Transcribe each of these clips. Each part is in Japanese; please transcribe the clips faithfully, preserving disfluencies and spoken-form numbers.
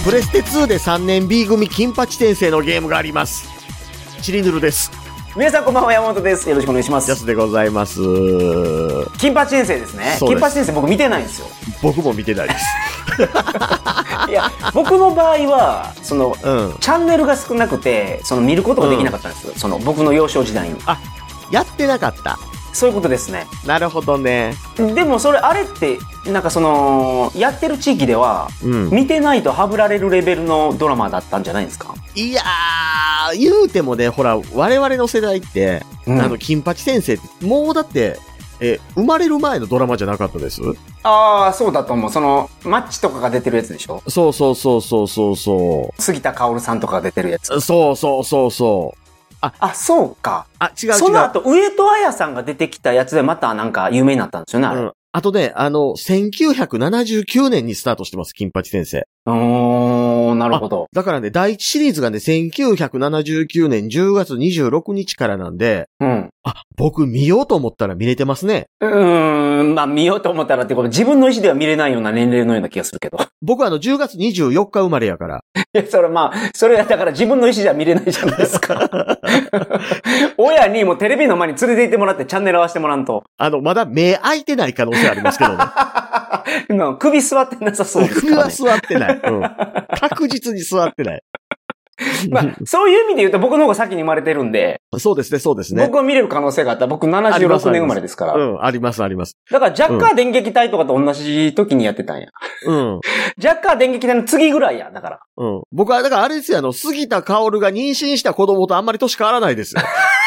プレステツーでさんねん B 組金八転生のゲームがあります。チリヌルです。 皆さんこんばんは、山本です。よろしくお願いします。 ヤスでございます。 金八転生ですね。金八転生僕見てないんですよ。 僕も見てないです。 いや、僕の場合はその、 うん、 チャンネルが少なくてその見ることができなかったんですよ、うん、その僕の幼少時代に。 あ、やってなかった。 そういうことですね。 なるほどね。 でもそれあれってなんかそのやってる地域では、うん、見てないとはぶられるレベルのドラマだったんじゃないですか。 いやー、言うてもね、ほら我々の世代って、うん、あの金八先生ってもうだってえ生まれる前のドラマじゃなかったです。 ああ、そうだと思う。そのマッチとかが出てるやつでしょ。 そうそうそうそうそうそう。 杉田薫さんとかが出てるやつ。 そうそうそうそう。 あ、あ、そうか。 あ、違う違う。 その後、上戸彩さんが出てきたやつでまたなんか有名になったんですよね、あれ。うん。 あとね、あの、せんきゅうひゃくななじゅうきゅうねんにスタートしてます、金八先生。 おー、なるほど。 だからね、第一シリーズがね、せんきゅうひゃくななじゅうきゅうねんじゅうがつにじゅうろくにちからなんで、うん。あ、僕見ようと思ったら見れてますね。 うーん、まあ見ようと思ったらってこと、自分の意思では見れないような年齢のような気がするけど。 僕はあの、じゅうがつにじゅうよっか生まれやから。 いや、それまあ、それだから自分の意思じゃ見れないじゃないですか。親にもうテレビの前に連れて行ってもらってチャンネル合わせてもらうと。 あの、まだ目開いてない可能性ありますけどね。 今、首座ってなさそうですからね。 首は座ってない。うん。確実に座ってない。 まあ、そういう意味で言うと僕の方が先に生まれてるんで。 そうですね、そうですね。 僕は見れる可能性があった。僕ななじゅうろくねん生まれですから。 うん、あります、あります。 だから、ジャッカー電撃隊とかと同じ時にやってたんや。うん。ジャッカー電撃隊の次ぐらいや、だから。 うん。僕は、だからあれですよ、あの、杉田薫が妊娠した子供とあんまり年変わらないですよ。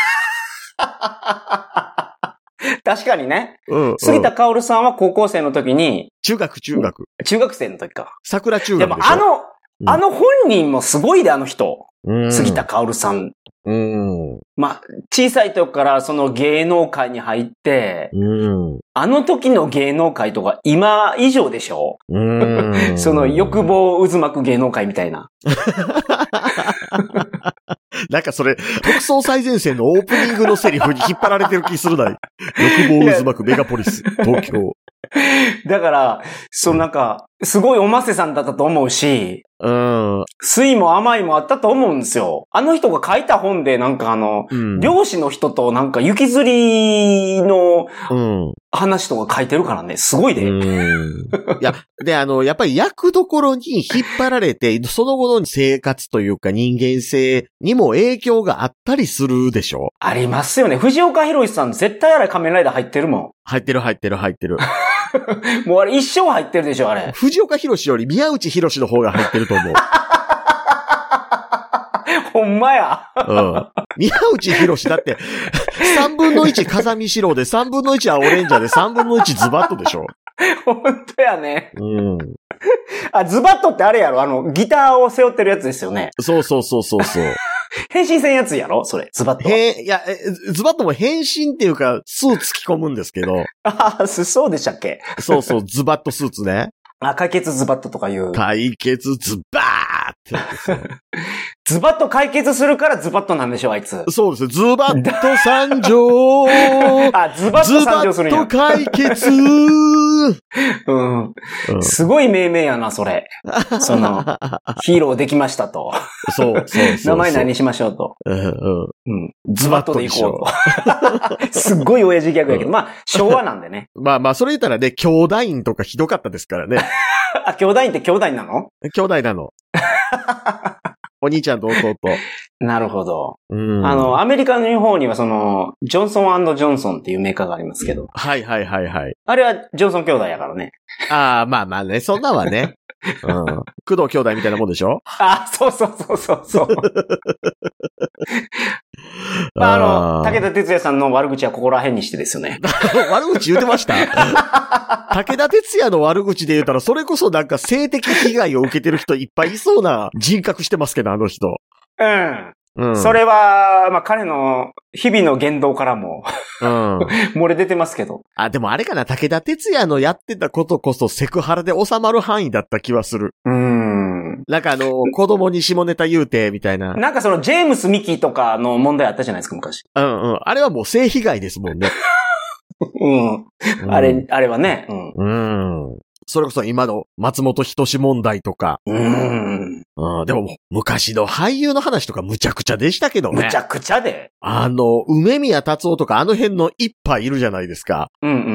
確かにね。 うん、うん。 杉田薫さんは高校生の時に。 中学、中学。 中学生の時か。 桜中学でしょ。 でもあの、うん、あの本人もすごいで、あの人。うん、杉田薫さん。うん。まあ、小さい時からその芸能界に入って、うん、あの時の芸能界とか今以上でしょ。うん。その欲望渦巻く芸能界みたいな。 なんかそれ、特捜最前線のオープニングのセリフに引っ張られてる気するな。欲望渦巻くメガポリス、東京。 だから、そのなんか、すごいおませさんだったと思うし、うん。酸いも甘いもあったと思うんですよ。あの人が書いた本でなんかあの、うん、漁師の人となんか雪吊りの話とか書いてるからね、すごいで。うん。 いや、で、あの、やっぱり役どころに引っ張られて、その後の生活というか人間性にも影響があったりするでしょ？ ありますよね。藤岡弘さん絶対あれ仮面ライダー入ってるもん。 入ってる入ってる入ってる。 もうあれ一生入ってるでしょ、あれ。 藤岡弘より宮内弘の方が入ってると思う。 ほんまや。 うん。宮内弘だって、さんぶんのいち風見四郎でさんぶんのいち青レンジャーでさんぶんのいちズバットでしょ。 ほんとやね。うん。あ、ズバットってあれやろ、あの、ギターを背負ってるやつですよね。 そうそうそうそうそう。 変身せんやつやろそれ、ズバット。 へいや、ズバットも変身っていうか、スーツ着込むんですけど。 ああ、そうでしたっけ？ そうそう、ズバットスーツね。 あ、解決ズバットとかいう。 解決ズバーってやつ。 ズバッと解決するからズバッとなんでしょ、あいつ。 そうですね。ズバッと参上。 あ、ズバッと参上するんや。 ズバッと解決。 うん。うん。すごい命名やな、それ。その、ヒーローできましたと。 そう、そうそう。 名前何にしましょうと。うん、うん。うん。ズバッとでいこうと。すっごい親父ギャグやけど、うん、まあ、昭和なんでね。 まあまあ、それ言ったらね、兄弟院とかひどかったですからね。 あ、兄弟院って兄弟なの？ 兄弟なの。お兄ちゃんと弟。 なるほど。うん、あの、アメリカの方にはその、ジョンソン&ジョンソンっていうメーカーがありますけど。 はいはいはいはい。 あれはジョンソン兄弟やからね。 ああ、まあまあね、そんなんはね。うん。工藤兄弟みたいなもんでしょ？ あ、そうそうそうそうそう。あの、武田鉄矢さんの悪口はここら辺にしてですよね。 悪口言うてました？武田鉄矢の悪口で言うたら、それこそなんか性的被害を受けてる人いっぱいいそうな人格してますけど、あの人。 うん。うん、それは、まあ、彼の日々の言動からも、うん、漏れ出てますけど。 あ、でもあれかな、武田鉄矢のやってたことこそセクハラで収まる範囲だった気はする。うん。なんかあの、子供に下ネタ言うて、みたいな。 なんかその、ジェームス・ミキーとかの問題あったじゃないですか、昔。 うんうん。あれはもう性被害ですもんね。 うん。あれ、あれはね。 うん。うん。 それこそ今の松本人志問題とか。 うーん。 うん、でも、昔の俳優の話とかむちゃくちゃでしたけどね。 むちゃくちゃで。 あの、梅宮達夫とかあの辺の一派いるじゃないですか。 うんうんうんうん。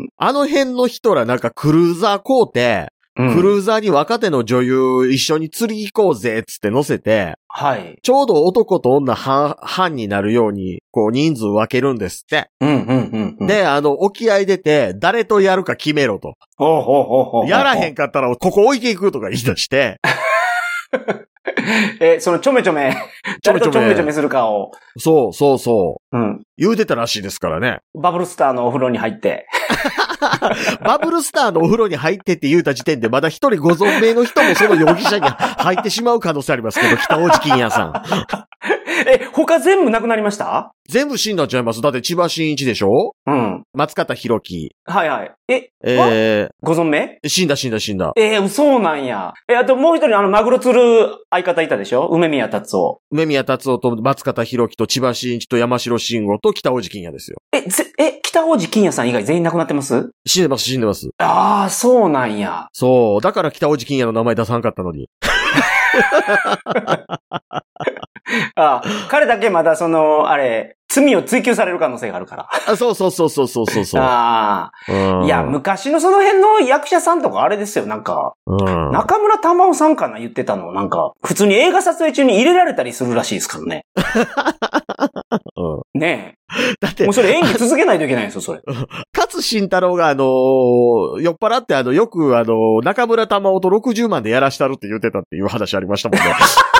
あの辺の人らなんかクルーザー買うて、うん、クルーザーに若手の女優一緒に釣り行こうぜっつって乗せて、 はい。 ちょうど男と女半、半になるように、こう人数分けるんですって。 うんうんうんうん、で、 あの、沖合出て、誰とやるか決めろと。 ほうほうほうほう。 やらへんかったら、ここ置いていくとか言い出して。 え、そのちょめちょめ、誰とちょめちょめするかを。 そうそうそう。 うん。 言うてたらしいですからね。 バブルスターのお風呂に入って。 バブルスターのお風呂に入ってって言うた時点でまだ一人ご存命の人もその容疑者に入ってしまう可能性ありますけど、北大路金也さん。 え、他全部なくなりました？ 全部死んだんちゃいます。だって千葉真一でしょ？ うん。 松方弘樹。 はいはい。え、 えー、 ご存命？ 死んだ死んだ死んだ。 えー、そうなんや。え、あともう一人あの、マグロ釣る相方いたでしょ？梅宮達夫。 梅宮達夫と松方弘樹と千葉真一と山城慎吾と北大路金也ですよ。 え、ぜ、え、北大路金也さん以外全員亡くなってます？ 死んでます死んでます。 ああ、そうなんや。 そう。だから北大路金也の名前出さんかったのに。 ああ、彼だけまだその、あれ、罪を追及される可能性があるから。 あ、そうそうそうそうそうそう。 ああ。いや、昔のその辺の役者さんとかあれですよ、なんか、うん、中村玉緒さんかな言ってたの、なんか、普通に映画撮影中に入れられたりするらしいですからね。うん、ねえ。だって、もうそれ演技続けないといけないんですよ、それ。 勝慎太郎があのー、酔っ払ってあの、よくあのー、中村玉緒とろくじゅうまんでやらしたるって言ってたっていう話ありましたもんね。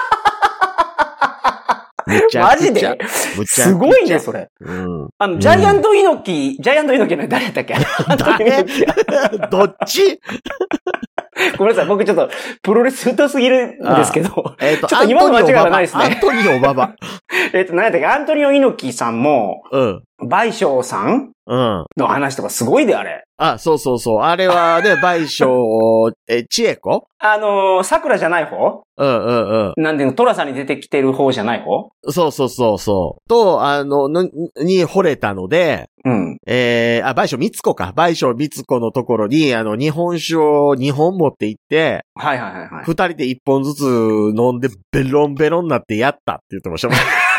めちゃくちゃ。マジですごいね、それ。うん。あの、ジャイアント猪木、うん、ジャイアント猪木の誰だっけ？ 誰？どっち？ ごめんなさい、僕ちょっと、プロレス疎すぎるんですけど。 えっ、ー、と、 ちょっと今の間違いはないですね。 アントニオババ。 えっと、何やったっけ？アントニオ猪木さんも、 うん。 倍賞さんうん。 の話とかすごいで、あれ。 あ、そうそうそう。あれはね、倍賞、え、千恵子？ あのー、桜じゃない方？ うんうんうん。 なんでの、トラさんに出てきてる方じゃない方？ そうそうそうそう。と、あの、に、に惚れたので、 うん。 えー、あ、倍賞三つ子か。倍賞三つ子のところに、あの、日本酒をにほん持って行って、 はいはいはいはい。 二人で一本ずつ飲んで、ベロンベロンになってやったって言ってましたもん。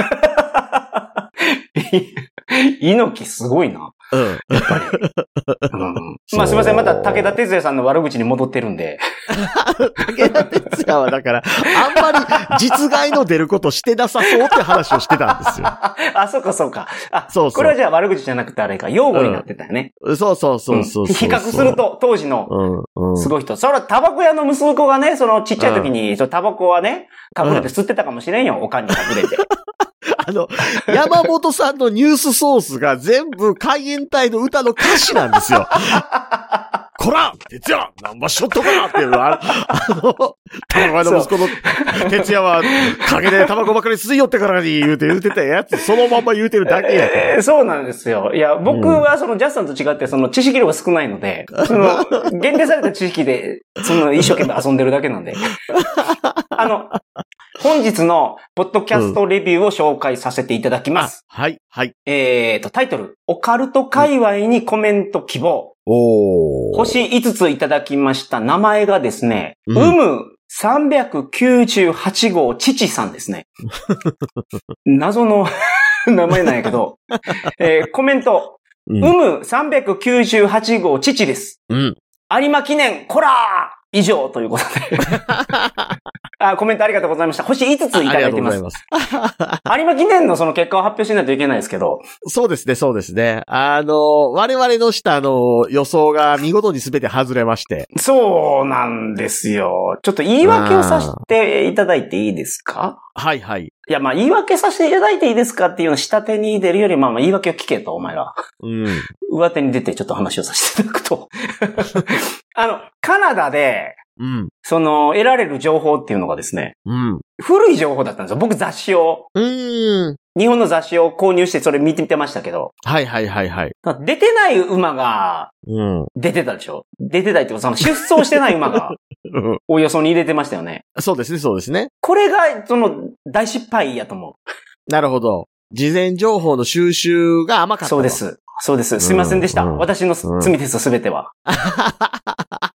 猪木すごいな。 うん。 やっぱり。うん、まあすいません。また武田鉄矢さんの悪口に戻ってるんで。 武田鉄矢はだから、あんまり実害の出ることしてなさそうって話をしてたんですよ。 あ、そうかそうか。あ、 そうそう。 これはじゃあ悪口じゃなくてあれか、用語になってたよね。 うん、そうそうそうそうそう、うん。 比較すると、当時の、すごい人。それはタバコ屋の息子がね、そのちっちゃい時に、うん、そのタバコはね、隠れて吸ってたかもしれんよ、おかんに隠れて。 あの、山本さんのニュースソースが全部海援隊の歌の歌詞なんですよ。こら哲也ナンバーショットかっていうのは、あの、タバコの息子の哲也は陰でタバコばかり吸い寄ってからに言うて言うてたやつ、そのまんま言うてるだけや、 えー。そうなんですよ。いや、僕はそのジャスさんと違ってその知識量が少ないので、その限定された知識で、その一生懸命遊んでるだけなんで。あの、本日のポッドキャストレビューを紹介させていただきます。 うん、はい、はい。 えーと、タイトル、オカルト界隈にコメント希望。 おー。 星いつついただきました。名前がですね、うむさんびゃくきゅうじゅうはち号父さんですね。謎の名前なんやけど、えー、コメント、うむさんびゃくきゅうじゅうはち号父です。 うん。 有馬記念、こらー以上ということで。あ、コメントありがとうございました。星いつついただいてます。ありがとうございます。有馬記念のその結果を発表しないといけないですけど。 そうですね、そうですね。あの、我々のしたあの、予想が見事に全て外れまして。 そうなんですよ。ちょっと言い訳をさせていただいていいですか？ はいはい。 いや、まあ言い訳させていただいていいですかっていうのを下手に出るより、まあまあ言い訳を聞けと、お前は。 うん。 上手に出てちょっと話をさせていただくと。あの、カナダで、 うん。 その、得られる情報っていうのがですね。 うん。 古い情報だったんですよ。僕雑誌を。 うーん。 日本の雑誌を購入してそれ見てみてましたけど。 はいはいはいはい。 出てない馬が、 うん。 出てたでしょ？出てたっていうか、その出走してない馬が、およそに入れてましたよね。 そうですね、そうですね。 これが、その、大失敗やと思う。 なるほど。事前情報の収集が甘かった。 そうです。そうです。すいませんでした。うん、私の罪です、すべては。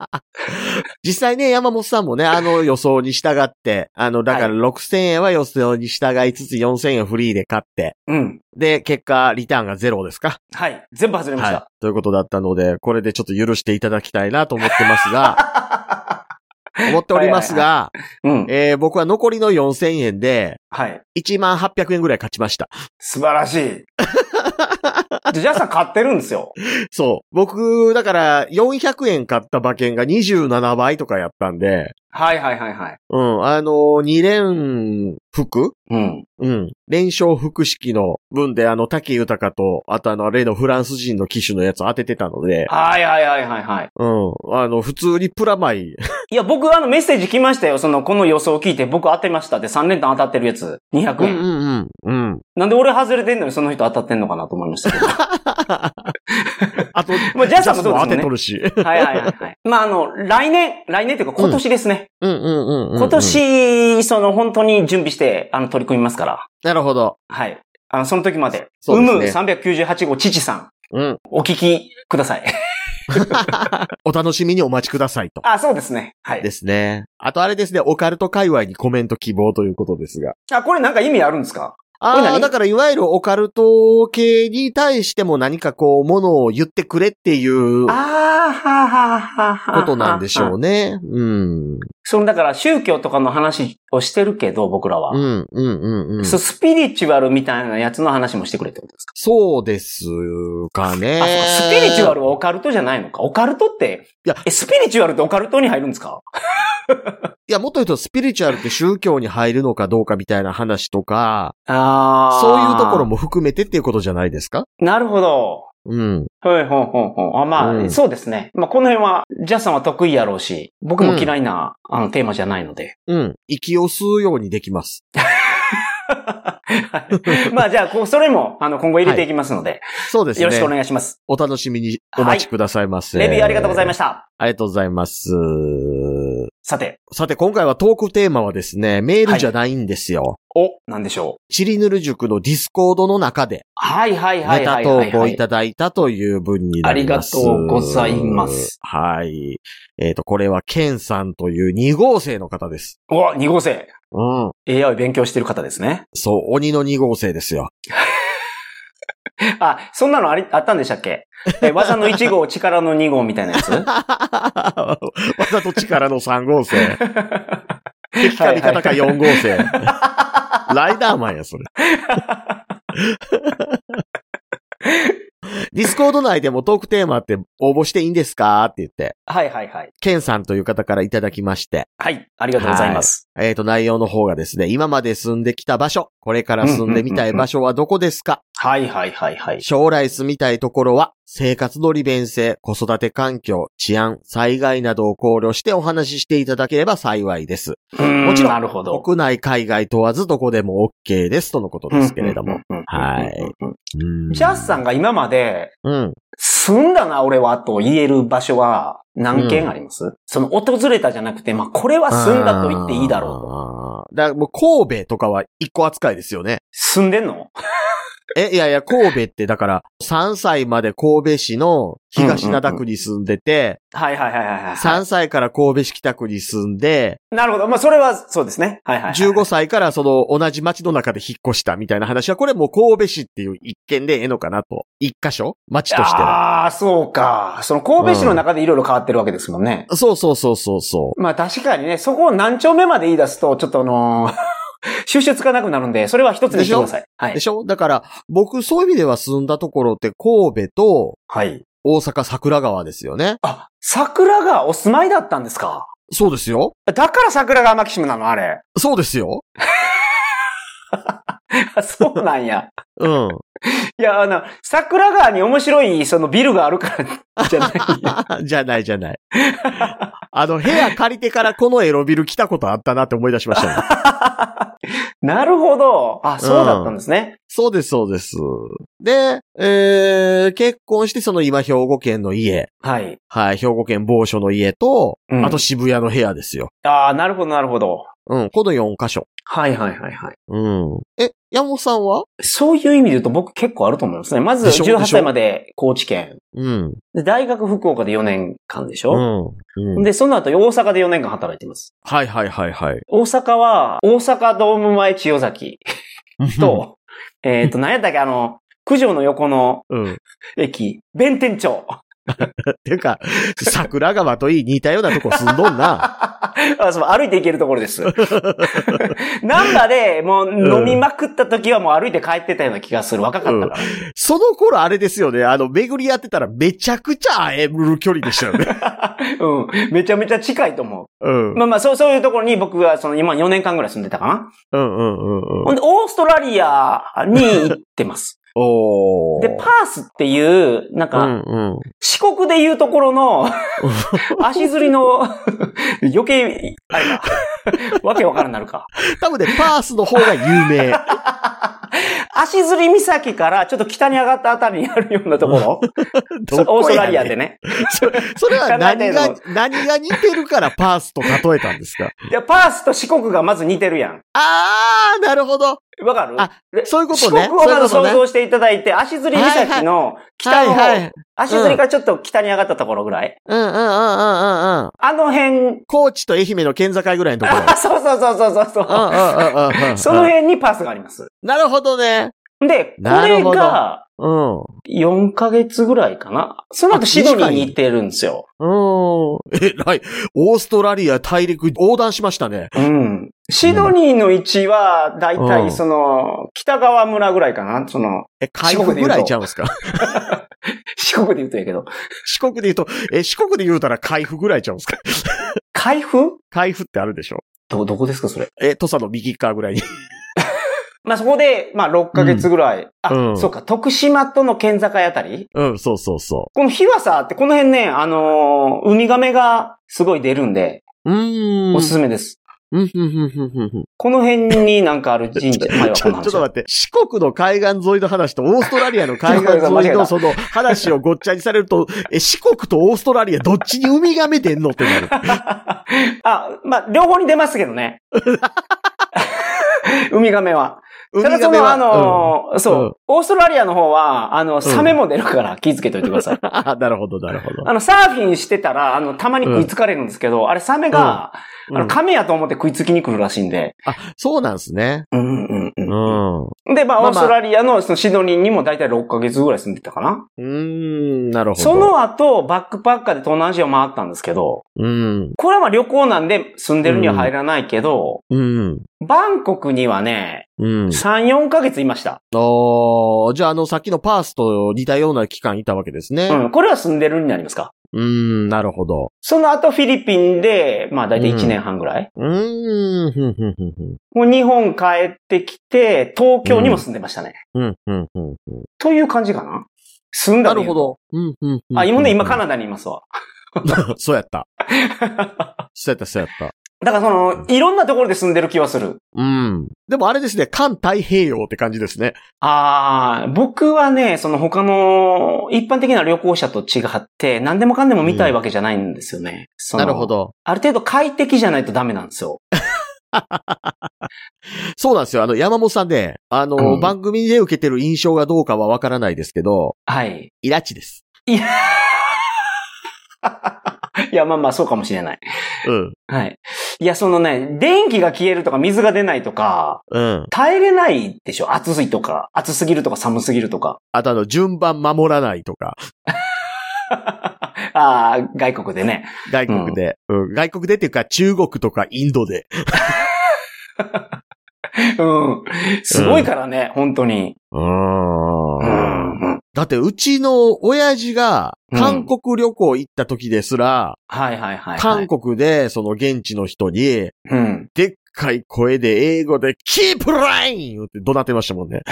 実際ね、山本さんもね、あの予想に従って、あの、だからろくせんえんは予想に従いつつよんせんえんフリーで買って、 うん。 で、結果、リターンがゼロですか？ はい。全部外れました。はい。 ということだったので、これでちょっと許していただきたいなと思ってますが、思っておりますが、はいはいはい、うん、えー、僕は残りのよんせんえんで、はい。いちまんはっぴゃくえんぐらい勝ちました。 素晴らしい。ジャスさん買ってるんですよ。 そう。僕、だから、よんひゃくえん買った馬券がにじゅうななばいとかやったんで。 はいはいはいはい。 うん。あの、に連複うん。 うん。連勝複式の分で、あの、武豊と、あとあの、例のフランス人の騎手のやつ当ててたので。 はいはいはいはいはい。 うん。あの、普通にプラマイ。 いや、僕あのメッセージ来ましたよ。その、この予想を聞いて僕当てましたってさん連単当たってるやつ。にひゃくえん。 うんうんうん。うん。 なんで俺外れてんのにその人当たってんのかなと思いましたけど。 あと、 まあ、ジャスさんもそうですね。 当てとるし。 はいはいはいはい。まあ、あの、来年、来年というか今年ですね。 うん、うん、うんうんうん。 今年、その本当に準備して、あの、取り組みますから。 なるほど。 はい。あの、その時まで。 そうですね。 うむさんびゃくきゅうじゅうはちご父さん。 うん。 お聞きください。 お楽しみにお待ちくださいと。 あ、そうですね。はい。 ですね。あとあれですね、オカルト界隈にコメント希望ということですが。 あ、これなんか意味あるんですか？ ああ、だからいわゆるオカルト系に対しても何かこう、ものを言ってくれっていう、 ああ、はははは。 ことなんでしょうね。うん。 その、だから宗教とかの話をしてるけど、僕らは。 うん、うん、うん、うん。 そう、スピリチュアルみたいなやつの話もしてくれってことですか？ そうですかね。 あ、そうか、スピリチュアルはオカルトじゃないのか。オカルトって、いや、え、スピリチュアルってオカルトに入るんですか？ いや、もっと言うと、スピリチュアルって宗教に入るのかどうかみたいな話とか、 ああ。 そういうところも含めてっていうことじゃないですか？ なるほど。 うん。 はい、ほんほんほん。あ、まあ、うん、そうですね。まあ、この辺は、ジャスさんは得意やろうし、僕も嫌いな、うん、あの、テーマじゃないので。 うん。息を吸うようにできます。 まあ、じゃあ、こう、それも、あの、今後入れていきますので、はい。 そうですね。 よろしくお願いします。 お楽しみにお待ちくださいませ。 はい、レビューありがとうございました。 ありがとうございます。 さて。 さて、今回はトークテーマはですね、メールじゃないんですよ。 はい、お、なんでしょう。 チリヌル塾のディスコードの中で、 はいはいはいはい、 はい。ネタ投稿いただいたという文になります。 ありがとうございます。 はい。えっと、これはケンさんというに号生の方です。 お、に号生。 うん。 エーアイ を勉強してる方ですね。 そう、鬼のに号生ですよ。 あ、そんなのあり、あったんでしたっけ？え、技のいち号、力のに号みたいなやつ？ 技と力のさん号生。敵か味方かよん号生。はいはい、ライダーマンや、それ。ディスコード内でもトークテーマって応募していいんですかって言って。 はいはいはい。 ケンさんという方からいただきまして。 はい。ありがとうございます。 はい、えっと、内容の方がですね、今まで住んできた場所、これから住んでみたい場所はどこですか？ はいはいはいはい。 将来住みたいところは、生活の利便性、子育て環境、治安、災害などを考慮してお話ししていただければ幸いです。もちろん、なるほど。国内、海外問わずどこでも OK ですとのことですけれども。はい。 ジャスさんが今まで、 うん、 住んだな俺はと言える場所は何軒あります？うん、その訪れたじゃなくて、まあ、これは住んだと言っていいだろうと。 だからもう神戸とかは一個扱いですよね。 住んでんの？ え、いやいや、神戸ってだから、さんさいまで神戸市の東灘区に住んでて、 はいはいはいはい。 さんさいから神戸市北区に住んで、 なるほど。まあ、それはそうですね。はいはい、はい。 じゅうごさいからその同じ町の中で引っ越したみたいな話は、これもう神戸市っていう一県でええのかなと。一箇所町としては。 ああ、そうか。その神戸市の中でいろいろ変わってるわけですもんね。 うん、そうそうそうそうそう。 まあ確かにね、そこを何丁目まで言い出すと、ちょっとあのー、収集つかなくなるんで、それは一つにしてください。はい。 でしょ？だから、僕そういう意味では住んだところって神戸と、 はい。 大阪桜川ですよね。 あ、桜川お住まいだったんですか？ そうですよ。 だから桜川マキシムなのあれ。 そうですよ。 そうなんや。 うん。 いや、あの、桜川に面白いそのビルがあるからじゃない。 じゃないじゃない。あの、部屋借りてからこのエロビル来たことあったなって思い出しましたね。 なるほど。あ、そうだったんですね。 うん、そうです、そうです。で、えー、結婚してその今兵庫県の家。 はい。 はい、兵庫県某所の家と、 うん、 あと渋谷の部屋ですよ。 ああ、なるほど、なるほど。 うん、このよん箇所。 はいはいはいはい。 うん。え、 山本さんはそういう意味で言うと僕結構あると思うんですね。まずじゅうはっさいまで高知県。 うん。 で、大学福岡でよねんかんでしょ。うん。うん、で、その後大阪でよねんかん働いてます。 はいはいはいはい。 大阪は、大阪ドーム前千代崎と、えっと、何やったっけ、あの、九条の横の駅、うん、弁天町。 っていうか、桜川といい似たようなとこ住んどんな。 あ、そう、歩いて行けるところです。なんだで、もう飲みまくった時はもう歩いて帰ってたような気がする。若かったから。うん、 その頃あれですよね。あの、巡りやってたらめちゃくちゃ会える距離でしたよね。 うん。めちゃめちゃ近いと思う。 うん。 まあまあ、そう、そういうところに僕がその今よねんかんぐらい住んでたかな。 うんうんうんうん。 ほんで、オーストラリアに行ってます。 おー。 で、パースっていう、なんか、うんうん、四国でいうところの、足釣りの、余計、あれか、わけわからんなるか。 多分ね、パースの方が有名。 足釣り岬からちょっと北に上がったあたりにあるようなところオーストラリアでね。 そ, それは何が、何が似てるからパースと例えたんですか？ いや、パースと四国がまず似てるやん。 あー、なるほど。 わかる？ あ、そういうことね。 四国をまず想像していただいて、足釣り岬の北の方、はいはい、足釣りからちょっと北に上がったところぐらい。 うんうんうんうんうんうん。あの辺。 高知と愛媛の県境ぐらいのところ。 そうそうそうそうそう。その辺にパースがあります。 なるほどね。 で、これが、うん。よんかげつぐらいかな。その後シドニーに行ってるんですよ。 うん。えらい。オーストラリア大陸横断しましたね。 うん。シドニーの位置は、だいたいその、北川村ぐらいかな。その、 え、海部ぐらいちゃうんですか？ 四国で言うとやけど。 四国で言うと、え、四国で言うたら海部ぐらいちゃうんですか？ 海部？ 海部ってあるでしょ？ ど、どこですかそれ？ え、土佐の右側ぐらいに。 まあそこで、まあろっかげつぐらい。うん、あ、うん、そうか、徳島との県境あたり？ うん、そうそうそう。 この日はさ、ってこの辺ね、あのー、ウミガメがすごい出るんで、 うーん。 おすすめです。 うん、うん、うん、うん、 この辺になんかある神社。 ちょ、ちょっと待って。四国の海岸沿いの話とオーストラリアの海岸沿いのその話をごっちゃにされると、え、四国とオーストラリアどっちにウミガメ出んのってなる。 あ、まあ、両方に出ますけどね。ウミガメは。ただその、あのーうん、そう、うん、オーストラリアの方は、あの、サメも出るから気づけといてください。 あ、なるほど、なるほど。 あの、サーフィンしてたら、あの、たまに食いつかれるんですけど、うん、あれサメが、うん、あの、亀やと思って食いつきに来るらしいんで。 あ、そうなんですね。 うんうんうん。うん、で、まあ、オーストラリアのそのシドニーにもだいたいろっかげつぐらい住んでたかな。 うーん、なるほど。 その後、バックパッカーで東南アジアを回ったんですけど、 うん。 これはまあ旅行なんで住んでるには入らないけど、 うん。 バンコクにはね、うん、さん、よんかげついました。 おー、じゃああの、さっきのパースと似たような期間いたわけですね。 うん、これは住んでるになりますか？ うーん、なるほど。 その後フィリピンで、まあだいたいいちねんはんぐらい。 うーん、ふんふんふんふん。 もう日本帰ってきて、東京にも住んでましたね。 うん、うん、うん、うん。 という感じかな？住んだなるほど。うん、うん、 あ、今ね、今カナダにいますわ。 そうやった。そうやった、そうやった。 だからその、いろんなところで住んでる気はする。 うん。でもあれですね、環太平洋って感じですね。 ああ、僕はね、その他の一般的な旅行者と違って、何でもかんでも見たいわけじゃないんですよね。うん、 なるほど。 ある程度快適じゃないとダメなんですよ。 そうなんですよ。あの、山本さんで、あの、うん、番組で受けてる印象がどうかはわからないですけど、 はい。 イラチです。 いや、いや、まあまあ、そうかもしれない。 うん。 はい。いや、そのね、電気が消えるとか水が出ないとか、 うん。 耐えれないでしょ。暑いとか、暑すぎるとか寒すぎるとか。 あとあの、順番守らないとか。 ああ、外国でね。 外国で、うんうん。外国でっていうか、中国とかインドで。 うん。すごいからね、うん、本当に。 うん。うんだって、うちの親父が韓国旅行行った時ですら、 うん、はいはいはい、はい。 韓国でその現地の人に、 うん、 でっかい声で英語で、キープラインって怒鳴ってましたもんね。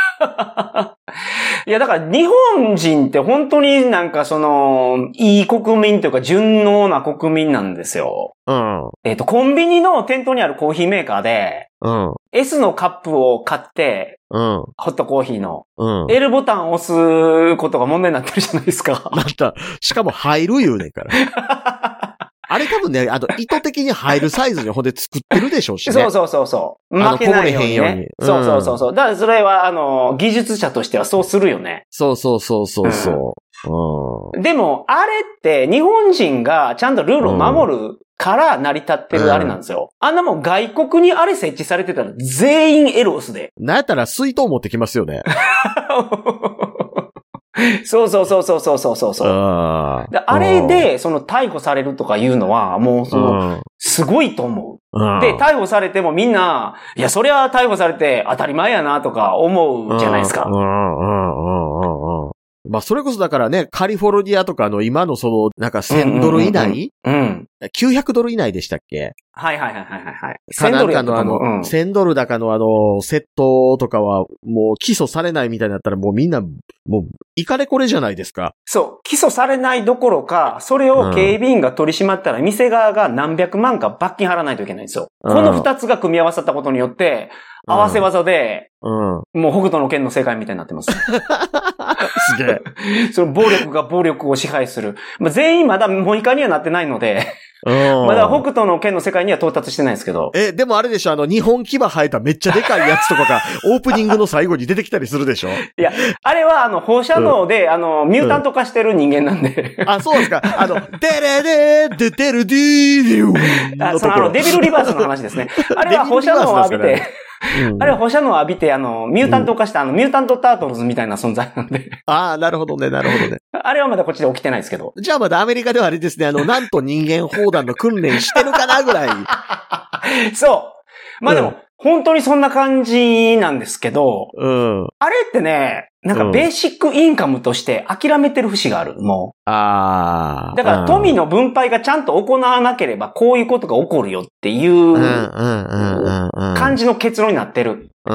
いや、だから日本人って本当になんかその、いい国民というか順応な国民なんですよ。 うん。 えっと、コンビニの店頭にあるコーヒーメーカーで、 うん。 S のカップを買って、 うん。 ホットコーヒーの。 うん。 L ボタンを押すことが問題になってるじゃないですか。 なった。しかも入る言うねんから。 あれ多分ね、あの、意図的に入るサイズにほんで作ってるでしょうしね。 そうそうそうそう。負けないように、ね。 こぼれへんように。 うん、そうそうそうそう。だからそれは、あの、技術者としてはそうするよね。 そうそうそうそうそう、 うん。でも、あれって日本人がちゃんとルールを守るから成り立ってるあれなんですよ。うん、あんなもん外国にあれ設置されてたら全員エロスで。 なんやったら水筒持ってきますよね。 そうそうそうそうそうそうそう。あ, あれで、その逮捕されるとかいうのは、もうその、すごいと思う。で、逮捕されてもみんな、いや、そりゃ逮捕されて当たり前やなとか思うじゃないですか。 まあ、それこそだからね、カリフォルニアとかの今のその、なんかせんドル以内、 うん、うんうん。 きゅうひゃくドル以内でしたっけ？ はいはいはいはいはい。 せんドルやったかの、うん、せんドルだかのあの、窃盗とかは、もう起訴されないみたいになったらもうみんな、もう、イカレコレじゃないですか。 そう。起訴されないどころか、それを警備員が取り締まったら、店側が何百万か罰金払わないといけないんですよ。うん、この二つが組み合わさったことによって、合わせ技で、うん、もう北斗の拳の世界みたいになってます。すげえ。 その暴力が暴力を支配する。まあ、全員まだモヒカンにはなってないので、まだ北斗の拳の世界には到達してないんですけど。 え、でもあれでしょ、あの、日本牙生えためっちゃでかいやつとかが、オープニングの最後に出てきたりするでしょ？ いや、あれはあの、放射能で、うん、あの、ミュータント化してる人間なんで。 うん、あ、そうですか。あの、デレデー、デテルディーデューあ、その、あの、デビルリバースの話ですね。あれは放射能を浴びて、うん、あれは放射能を浴びて、あの、ミュータント化した、あの、ミュータントタートルズみたいな存在なんで。 ああ、なるほどね、なるほどね。 あれはまだこっちで起きてないですけど。 じゃあまだアメリカではあれですね、あの、なんと人間砲弾の訓練してるかなぐらい。そう。まあでも、うん、本当にそんな感じなんですけど、うん、あれってね、なんかベーシックインカムとして諦めてる節がある、もう。ああ。だから富の分配がちゃんと行わなければこういうことが起こるよっていう感じの結論になってる。うん、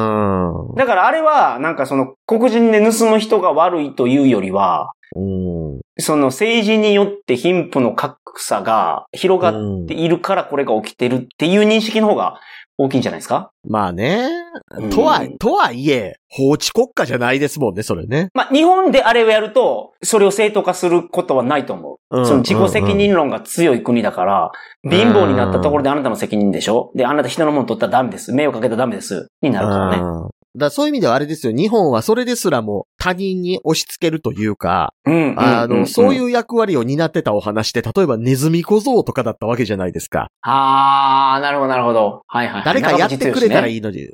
だからあれはなんかその黒人で盗む人が悪いというよりは、うん、その政治によって貧富の格差が広がっているからこれが起きてるっていう認識の方が大きいんじゃないですか？まあね。とは、うん、とはいえ、法治国家じゃないですもんね、それね。 まあ日本であれをやると、それを正当化することはないと思う。うん、その自己責任論が強い国だから、うん、貧乏になったところであなたの責任でしょ？で、あなた人のもの取ったらダメです。迷惑かけたらダメです。になるからね。 うんだそういう意味ではあれですよ。日本はそれですらも他人に押し付けるというか、うん、あの、うん、そういう役割を担ってたお話で、例えばネズミ小僧とかだったわけじゃないですか。 あー、なるほど、なるほど。はいはい。 誰かやってくれたらいいのに。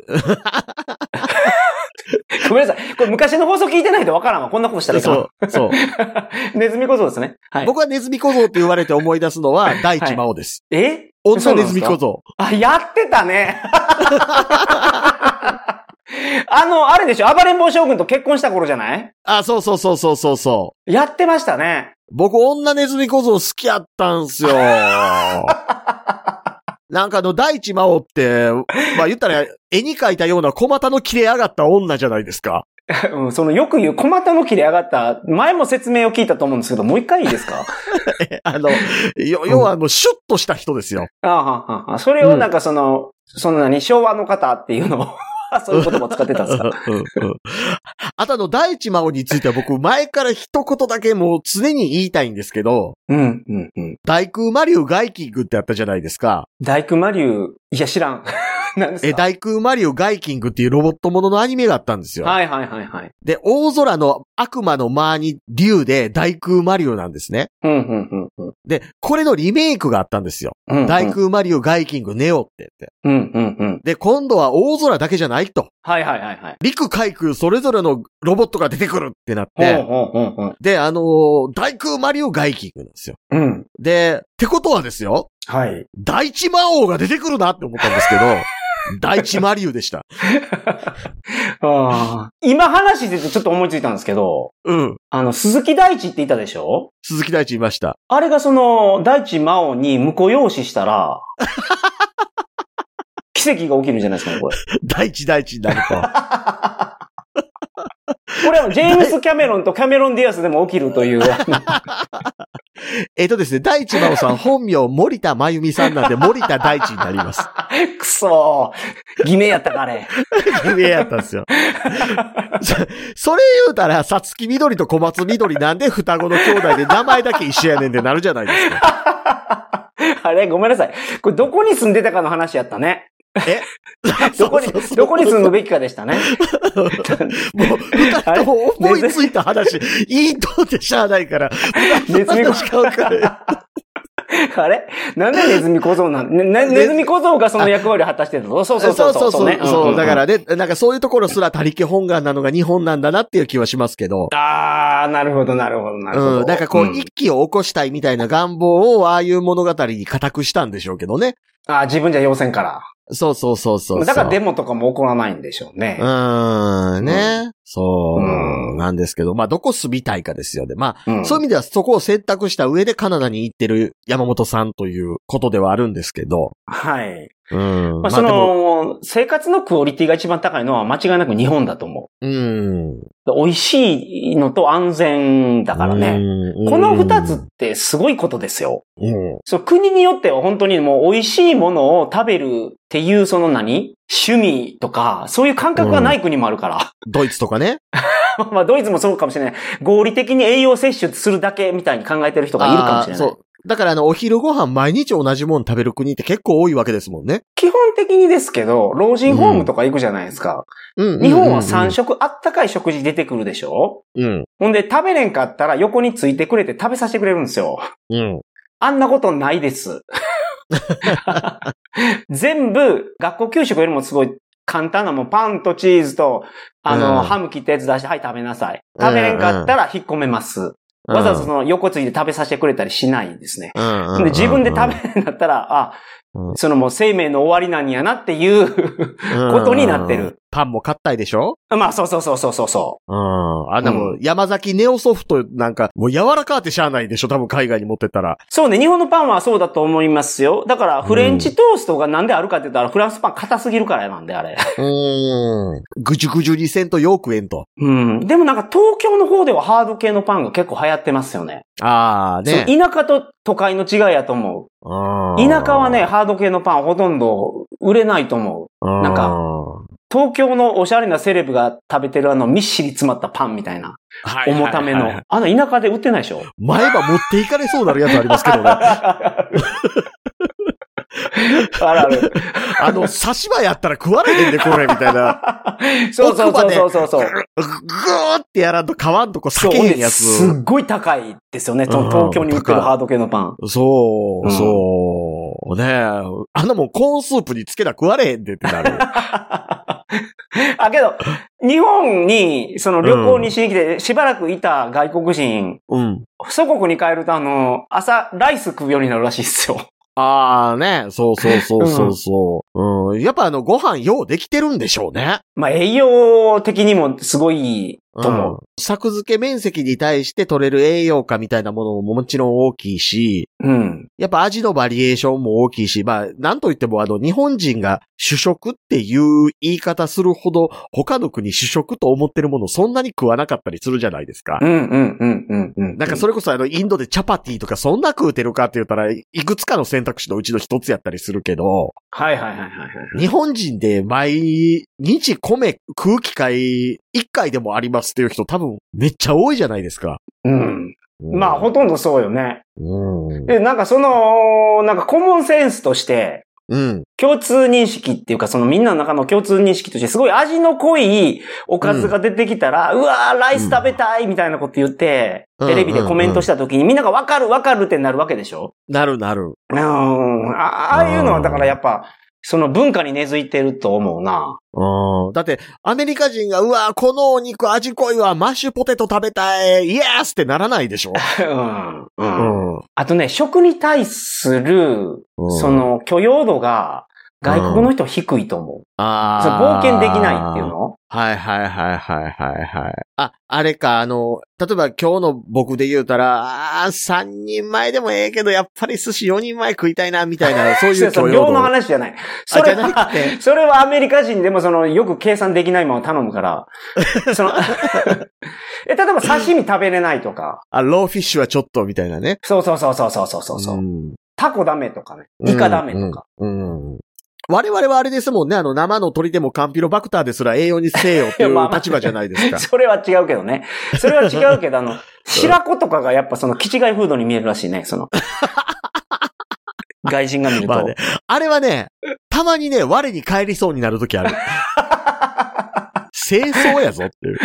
ごめんなさい。これ昔の放送聞いてないとわからんわ。こんなことしたらいいかそう、そう。 ネズミ小僧ですね。はい。 僕はネズミ小僧って言われて思い出すのは、大地真央です。 はい、え女ネズミ小僧。 あ、やってたね。あの、あれでしょ、暴れん坊将軍と結婚した頃じゃない？ あ、そうそうそうそうそうそう。 やってましたね。 僕、女ネズミ小僧好きやったんすよ。なんかあの、大地真央って、まあ言ったら、絵に描いたような小股の切れ上がった女じゃないですか。 うん、そのよく言う小股の切れ上がった、前も説明を聞いたと思うんですけど、もう一回いいですか？ あの、よ、要はあの、シュッとした人ですよ。 ああ、はあ、それをなんかその、うん、その何、昭和の方っていうのを、そういう言葉を使ってたんですか？うんうん、 あとあの、大地真央については僕、前から一言だけもう常に言いたいんですけど、うんうんうん、大空魔竜ガイキングってあったじゃないですか。 大空魔竜、いや知らん。何ですか？ え、大空魔竜ガイキングっていうロボットもののアニメがあったんですよ。 はいはいはいはい。 で、大空の悪魔の間に竜で大空魔竜なんですね。うんうんうんうん。で、これのリメイクがあったんですよ。うんうん、大空魔竜ガイキングネオって言って。うんうんうん。で、今度は大空だけじゃないと。 はいはいはいはい。 陸海空それぞれのロボットが出てくるってなって。うんうんうんうん、で、あのー、大空魔竜ガイキングなんですよ。うん。で、ってことはですよ。はい。大地魔王が出てくるなって思ったんですけど。大地魔竜でした。 あ今話しててちょっと思いついたんですけど。うん。あの、鈴木大地っていたでしょ？ 鈴木大地いました。 あれがその、大地魔王に婿養子したら、奇跡が起きるんじゃないですかね、これ。 大地大地になると。 これはジェームス・キャメロンとキャメロン・ディアスでも起きるという。 えっとですね、大地真央さん本名森田真由美さんなんで森田大地になります。 くそー。偽名やったかあれ。 偽名やったんですよ。そ, それ言うたら、さつきみどりと小松みどりなんで双子の兄弟で名前だけ一緒やねんでなるじゃないですか。 あれごめんなさい。これどこに住んでたかの話やったね。 えどこに、どこに住むべきかでしたね。 もう、二人とも思いついた話、いいとってしゃあないから。 ネズミ小僧か。あれなんでネズミ小僧なん、ね、ネズミ小僧がその役割を果たしてるの？そうそうそうそう。 そうそうそう。そう、ね、そうだからね、なんかそういうところすら他力本願なのが日本なんだなっていう気はしますけど。 あー、なるほどなるほどなるほど。 うん。なんかこう、うん、一揆を起こしたいみたいな願望をああいう物語に固くしたんでしょうけどね。 あー、自分じゃ要せんから。 そうそうそうそう。 だからデモとかも起こらないんでしょうね。 うーん、ね。うん、そう、うん、なんですけど、まあ、どこ住みたいかですよね。まあ、うん、そういう意味ではそこを選択した上でカナダに行ってる山本さんということではあるんですけど。 はい。 うん。 まあ、その、生活のクオリティが一番高いのは間違いなく日本だと思う。うん。 美味しいのと安全だからね。この二つってすごいことですよ。 うん。 そう、国によっては本当にもう美味しいものを食べるっていうその何？趣味とか、そういう感覚がない国もあるから。 うん、ドイツとかね。 まあ、ドイツもそうかもしれない。合理的に栄養摂取するだけみたいに考えてる人がいるかもしれない。そう。 だからあの、お昼ご飯毎日同じもの食べる国って結構多いわけですもんね。 基本的にですけど、老人ホームとか行くじゃないですか。 うん、 日本はさん食あったかい食事出てくるでしょ？ うん。 ほんで食べれんかったら横についてくれて食べさせてくれるんですよ。 うん。 あんなことないです。全部、学校給食よりもすごい簡単なもうパンとチーズと、あの、うん、ハム切ったやつ出して、はい食べなさい。食べれんかったら引っ込めます。うんうん、わざわざその横ついて食べさせてくれたりしないですね。 うんうんうんうん、 で自分で食べれんだったら、あ、うん、そのもう生命の終わりなんやなっていうことになってる。 パンも買ったいでしょ？ まあそうそうそうそうそう。 うん。あんなもん、山崎ネオソフトなんか、もう柔らかってしゃあないでしょ？多分海外に持ってったら。 そうね、日本のパンはそうだと思いますよ。だからフレンチトーストがなんであるかって言ったら、フランスパン硬すぎるからなんであれ。 うーん。ぐじゅぐじゅにせんとよくえんと。 うん。でもなんか東京の方ではハード系のパンが結構流行ってますよね。 ああ、ね。 田舎と都会の違いやと思う。田舎はね、ハード系のパンほとんど売れないと思う。なんか、東京のおしゃれなセレブが食べてるあのみっしり詰まったパンみたいな。 はい重ための。はいはいはい、あの田舎で売ってないでしょ？ 前歯持っていかれそうなるやつありますけどね。 あるある。 あの、刺し歯やったら食われへんで、これ、みたいな。 そうそうそうそうそう。 ぐーってやらんと皮んとこ裂けへんやつ。 すっごい高いですよね、東京に売ってるハード系のパン。 そう、うん、そう。ねえ。あんなもんコーンスープにつけたら食われへんでってなる。 あ、けど、日本に、その旅行にしに来て、しばらくいた外国人、 うん。 祖国に帰るとあの、朝、ライス食うようになるらしいっすよ。 ああね、そうそうそうそうそう、うん。うん。やっぱあの、ご飯ようできてるんでしょうね。 まあ、栄養的にもすごいと思う。うん、 作付け面積に対して取れる栄養価みたいなものももちろん大きいし、 うん。 やっぱ味のバリエーションも大きいし、まあ、なんといってもあの、日本人が主食っていう言い方するほど、他の国主食と思ってるものそんなに食わなかったりするじゃないですか。 うんうんうんうんうん。 なんかそれこそあの、インドでチャパティとかそんな食うてるかって言ったら、いくつかの選択肢のうちの一つやったりするけど、 はいはいはいはい。 日本人で毎日米食う機会一回でもありますっていう人多分めっちゃ多いじゃないですか。 うん。うん、まあほとんどそうよね。 うん。 で、なんかその、なんかコモンセンスとして、 うん。 共通認識っていうか、そのみんなの中の共通認識として、すごい味の濃いおかずが出てきたら、うん、うわー、ライス食べたいみたいなこと言って、うん、テレビでコメントした時にみんながわかるわかるってなるわけでしょ？ なるなる。 うん。あ, ああいうのはだからやっぱ、その文化に根付いてると思うな。 うん。だって、アメリカ人が、うわ、このお肉味濃いわ、マッシュポテト食べたい、イエースってならないでしょ？ うん。うん。うん。あとね、食に対する、その許容度が、外国の人低いと思う。うん、 ああ。冒険できないっていうの？ はいはいはいはいはいはい。あ、あれか、あの、例えば今日の僕で言うたら、ああ、さんにんまえでもええけど、やっぱり寿司よにんまえ食いたいな、みたいな、そういう許容度。 量の話じゃない。それは、それはアメリカ人でもその、よく計算できないものを頼むから。そのえ、例えば刺身食べれないとか。 あ、ローフィッシュはちょっと、みたいなね。 そうそうそうそうそうそうそう、うん。タコダメとかね。イカダメとか。 うん。うんうん、我々はあれですもんね、あの、生の鳥でもカンピロバクターですら栄養にせよっていう立場じゃないですか。 それは違うけどね。それは違うけど、あの、白子とかがやっぱその、気違いフードに見えるらしいね、その。 外人が見ると。 まあね、あれはね、たまにね、我に返りそうになるときある。清掃やぞっていう。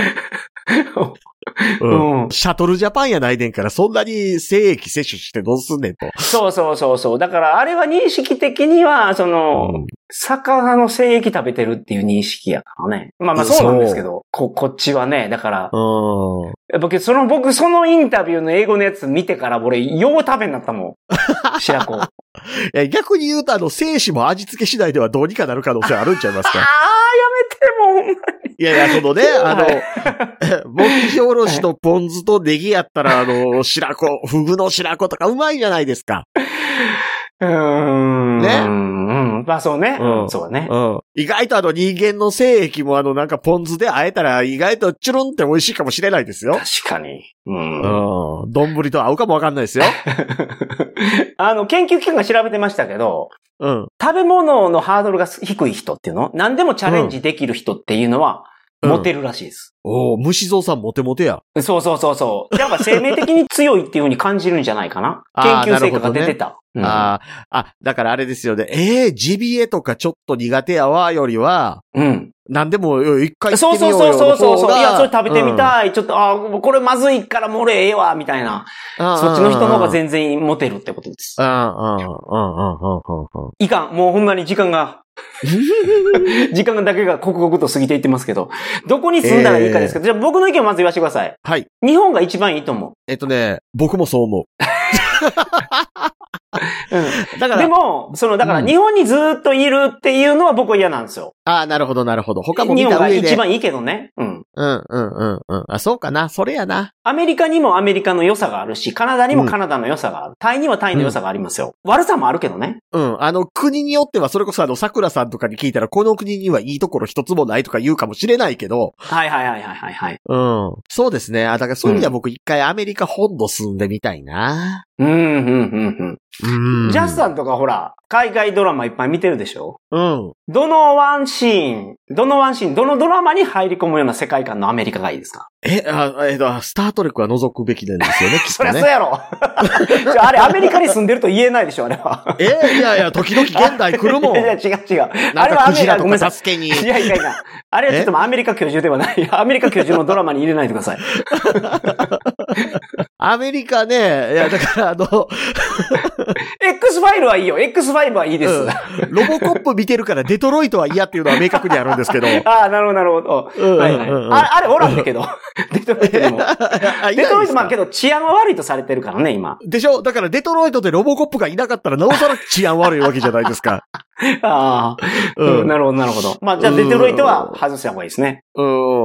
うんうん、シャトルジャパンやないねんからそんなに精液摂取してどうすんねんと。 そうそうそうそう。だからあれは認識的には、その、うん、魚の精液食べてるっていう認識やからね。まあまあそうなんですけど、こ、こっちはね、だから、うん、やっぱその僕そのインタビューの英語のやつ見てから俺、よう食べになったもん。白子。いや逆に言うとあの精子も味付け次第ではどうにかなる可能性あるんちゃいますか。 ああ、やめてもう。 いやいや、そのね、あの、もみじおろしとポン酢とネギやったら、あの、白子、フグの白子とかうまいじゃないですか。 うーん。ね。うん。まあそうね。うん。そうね。 うん。意外とあの人間の精液もあのなんかポン酢で和えたら意外とチュルンって美味しいかもしれないですよ。 確かに。うん。 うん。丼と合うかもわかんないですよ。 あの、研究機関が調べてましたけど、 うん。 食べ物のハードルが低い人っていうの？何でもチャレンジできる人っていうのは、うん、モテるらしいです。 おー、虫蔵さんモテモテや。 そうそうそうそう。やっぱ生命的に強いっていう風に感じるんじゃないかな。研究成果が出てた。 ね、うん、ああ、だからあれですよね。ええー、ジビエとかちょっと苦手やわよりは、 うん。 なんでも一回行ってみようよ。そうそうそうそう。いや、それ食べてみたい。 うん、 ちょっと、あこれまずいからもう俺ええわ、みたいな。そっちの人の方が全然モテるってことです。 うん、うん、うん、うん、うん、うん。 いかん。もうほんまに時間が。時間だけが刻々と過ぎていってますけど。どこに住んだらいいかですけど、えー、じゃあ僕の意見をまず言わせてください。 はい。 日本が一番いいと思う。 えっとね、僕もそう思う。 うん、だからでも、その、だから日本にずっといるっていうのは僕は嫌なんですよ。 ああ、なるほど、なるほど。他も見た上で。 日本が一番いいけどね。うん。 うん、うん、うん、うん。あ、そうかな。それやな。 アメリカにもアメリカの良さがあるし、カナダにもカナダの良さがある。うん、タイにはタイの良さがありますよ。うん、悪さもあるけどね。 うん。あの、国によっては、それこそあの、桜さんとかに聞いたら、この国にはいいところ一つもないとか言うかもしれないけど。 はいはいはいはいはい。 うん。そうですね。あ、だからそういう意味では僕一回アメリカ本土住んでみたいな。 うん、うん、うん、うん。ジャスさんとかほら、海外ドラマいっぱい見てるでしょ？ うん。 どのワンシーン、どのワンシーン、どのドラマに入り込むような世界観のアメリカがいいですか？ え、あ、えっと、スタートレックは除くべきなんですよね、きっとね。 そりゃそうやろ。あれ、アメリカに住んでると言えないでしょ、あれは。 え、いやいや、時々現代来るもん。 いや、違う違う。 あれはアメリカ、ごめんなさい。助けに。 いやいやいや。あれはちょっとアメリカ居住ではない。アメリカ居住のドラマに入れないでください。 アメリカね、いや、だからあの、 X ファイルはいいよ。X ファイルはいいです。うん、 ロボコップ見てるからデトロイトは嫌っていうのは明確にあるんですけど。 ああ、なるほど、なるほど。うんはいはい、あ, あれ、おらんだけど。デトロイトでも。デトロイト、まあけど治安は悪いとされてるからね、今。 でしょ？だからデトロイトでロボコップがいなかったらなおさら治安悪いわけじゃないですか。 ああ、うん、なるほど、なるほど。まあ、じゃあデトロイトは外した方がいいですね。 うん。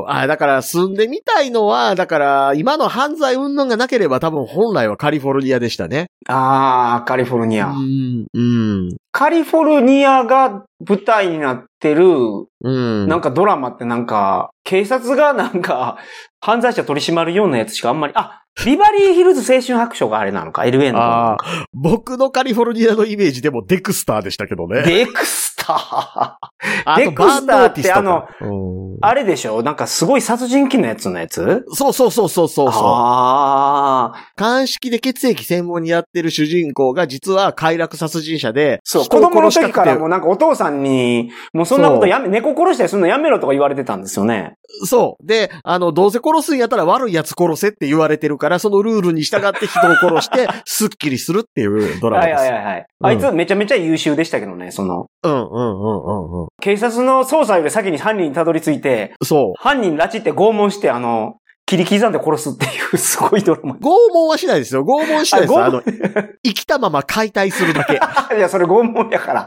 あだから住んでみたいのは、だから今の犯罪云々がなければ多分本来はカリフォルニアでしたね。 ああ、カリフォルニア。 うん。うん。 カリフォルニアが舞台になってる、 うん。 なんかドラマってなんか、警察がなんか、犯罪者取り締まるようなやつしかあんまり、あ、ビバリーヒルズ青春白書があれなのか、エルエー の方なのか。 あ僕のカリフォルニアのイメージでもデクスターでしたけどね。 デクスターあデクスターってあの、 うん、 あれでしょ？なんかすごい殺人鬼のやつのやつ？ そうそうそうそうそう。 ああ。 鑑識で血液専門にやってる主人公が実は快楽殺人者で。 そう、子供の時からもうなんかお父さんに、もうそんなことやめ、猫殺したりするのやめろとか言われてたんですよね。 そう。で、あの、どうせ殺すんやったら悪いやつ殺せって言われてるから、そのルールに従って人を殺して、スッキリするっていうドラマです。 はいはいはい。うん、あいつめちゃめちゃ優秀でしたけどね、その。 うんうんうんうんうん。 警察の捜査より先に犯人にたどり着いて、 そう。 犯人拉致って拷問して、あの、切り刻んで殺すっていうすごいドラマ。 拷問はしないですよ。拷問しないです。あ, あの、生きたまま解体するだけ。 いや、それ拷問やから。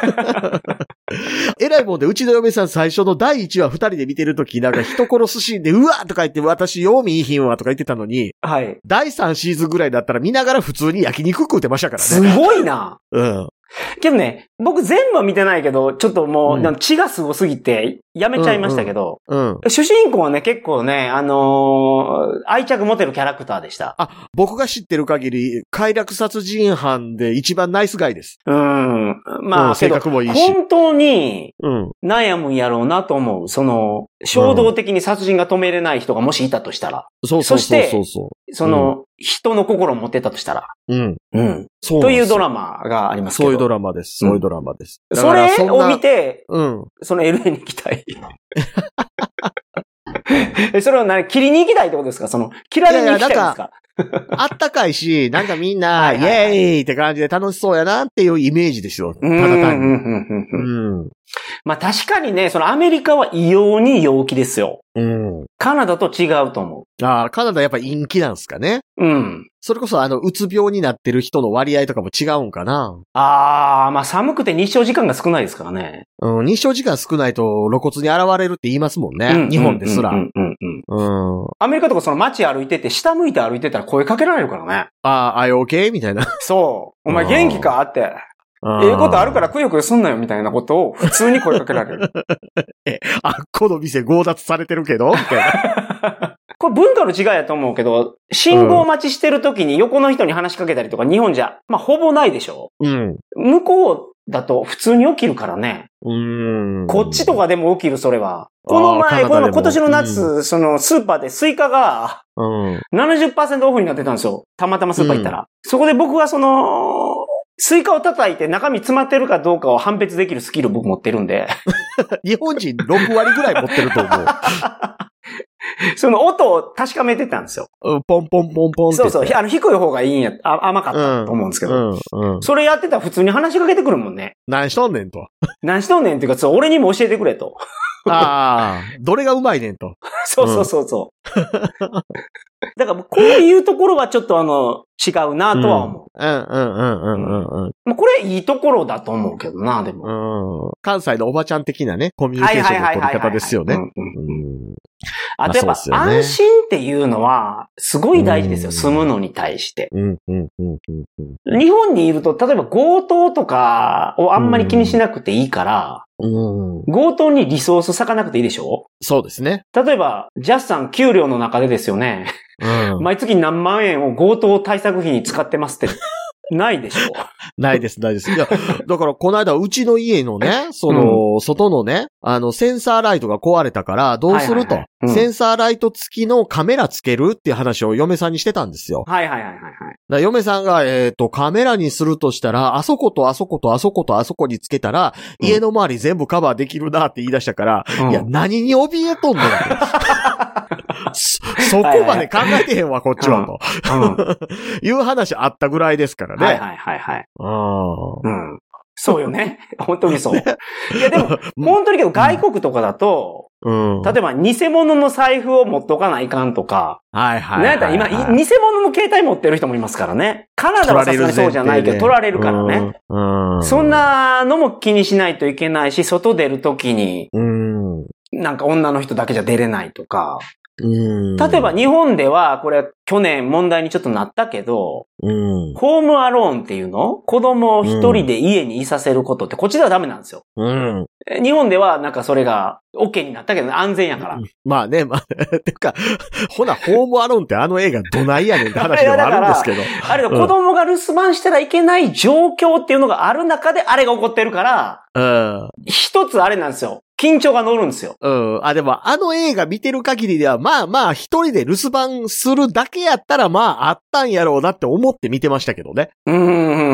えらいもんで、うちの嫁さん最初のだいいちわ二人で見てるとき、なんか人殺すシーンで、うわーとか言って、私よう見いひんわとか言ってたのに、 はい。 だいさんシーズンぐらいだったら見ながら普通に焼肉食うてましたからね。 すごいな。 うん。 けどね、 僕全部は見てないけど、ちょっともう、うん、血がすごすぎて、やめちゃいましたけど、うんうん、主人公はね、結構ね、あのー、愛着持てるキャラクターでした。 あ、僕が知ってる限り、快楽殺人犯で一番ナイスガイです。 うん。まあ、うん、 性格もいいし。 本当に、悩むんやろうなと思う。その、衝動的に殺人が止めれない人がもしいたとしたら。 うん、そうそうそうそうそう。 その、うん、人の心を持ってたとしたら。うん。うん。そうというドラマがありますけど。 そういうドラマです。そういうドラマです。 うん、それを見て、うん。その エルエー に行きたい。それは何切りに行きたいってことですか？その、切られに行きたいんですか？ あったかいし、なんかみんな、イエーイって感じで楽しそうやなっていうイメージですよ。ただ単に。 うん。まあ確かにね、そのアメリカは異様に陽気ですよ。うん。カナダと違うと思う。ああ、カナダやっぱ陰気なんすかね。うん。それこそあの、うつ病になってる人の割合とかも違うんかな。 ああ、まあ寒くて日照時間が少ないですからね。 うん、日照時間少ないと露骨に現れるって言いますもんね。うん、日本ですら。うんうんうんうん。アメリカとかその街歩いてて、下向いて歩いてたら声かけられるからね。 ああ、あよけみたいな。 そう。お前元気かって。ええことあるからくよくよすんなよみたいなことを普通に声かけられる。 え、あ、この店強奪されてるけどみたいな。 これ文化の違いやと思うけど、信号待ちしてる時に横の人に話しかけたりとか日本じゃ、まあほぼないでしょ。うん。向こうだと普通に起きるからね。うん。こっちとかでも起きる、それは。この前、この今年の夏、うん、そのスーパーでスイカが、うん。ななじゅっパーセント オフになってたんですよ。たまたまスーパー行ったら。うん、そこで僕はその、スイカを叩いて中身詰まってるかどうかを判別できるスキル僕持ってるんで。 日本人ろくわりぐらい持ってると思う。 その音を確かめてたんですよ。 うん、ポンポンポンポンって。 そうそう。あの、低い方がいいんや、あ甘かったと思うんですけど。うんうんうん、それやってたら普通に話しかけてくるもんね。 何しとんねんと。 何しとんねんっていうか、俺にも教えてくれと。 ああ、どれがうまいねんと。 そうそうそうそう。だからこういうところはちょっとあの、違うなとは思う。うん、うん、うん、うん、うん。うん、まあ、これいいところだと思うけどな、でも。 うん。関西のおばちゃん的なね、コミュニケーションの取り方ですよね。 あとやっぱ、まあね、安心っていうのは、すごい大事ですよ。住むのに対して。うんうんうんうん、日本にいると、例えば強盗とかをあんまり気にしなくていいから、うん、強盗にリソース割かなくていいでしょ？ そうですね。 例えば、ジャスさん給料の中でですよね。うん、毎月何万円を強盗対策費に使ってますって。ないでしょないです、ないです。いや、だからこの間うちの家のね、その、うん、外のね、あの、センサーライトが壊れたから、どうすると、はいはいはいうん。センサーライト付きのカメラつけるっていう話を嫁さんにしてたんですよ。 はいはいはいはい。 だ嫁さんが、えっと、カメラにするとしたら、あそことあそことあそことあそこにつけたら、うん、家の周り全部カバーできるなって言い出したから、うん、いや、何に怯えとんねんって。そ, そこまで考えてへんわ、こっちは、と、うんうん。いう話あったぐらいですからね。 はいはいはいはい。うん。そうよね。本当にそう。いやでも、本当にけど外国とかだと、うん、例えば偽物の財布を持っとかないかんとか。はいはいはい、はい。なんか今、偽物の携帯持ってる人もいますからね。カナダはさすがにそうじゃないけど、取られるからね。うんうん、そんなのも気にしないといけないし、外出るときに、うん、なんか女の人だけじゃ出れないとか。うん例えば日本では、これ去年問題にちょっとなったけど、うん、ホームアローンっていうの子供を一人で家にいさせることってこっちではダメなんですよ。うん、日本ではなんかそれが OK になったけど安全やから。 まあね、まあ、てか、ほな、ホームアローンってあの映画どないやねんって話ではあるんですけど。 あれだ、子供が留守番したらいけない状況っていうのがある中であれが起こってるから、うん、一つあれなんですよ。緊張が乗るんですよ。 うん。あ、でもあの映画見てる限りでは、まあまあ一人で留守番するだけやったらまああったんやろうなって思って見てましたけどね。うん、うん、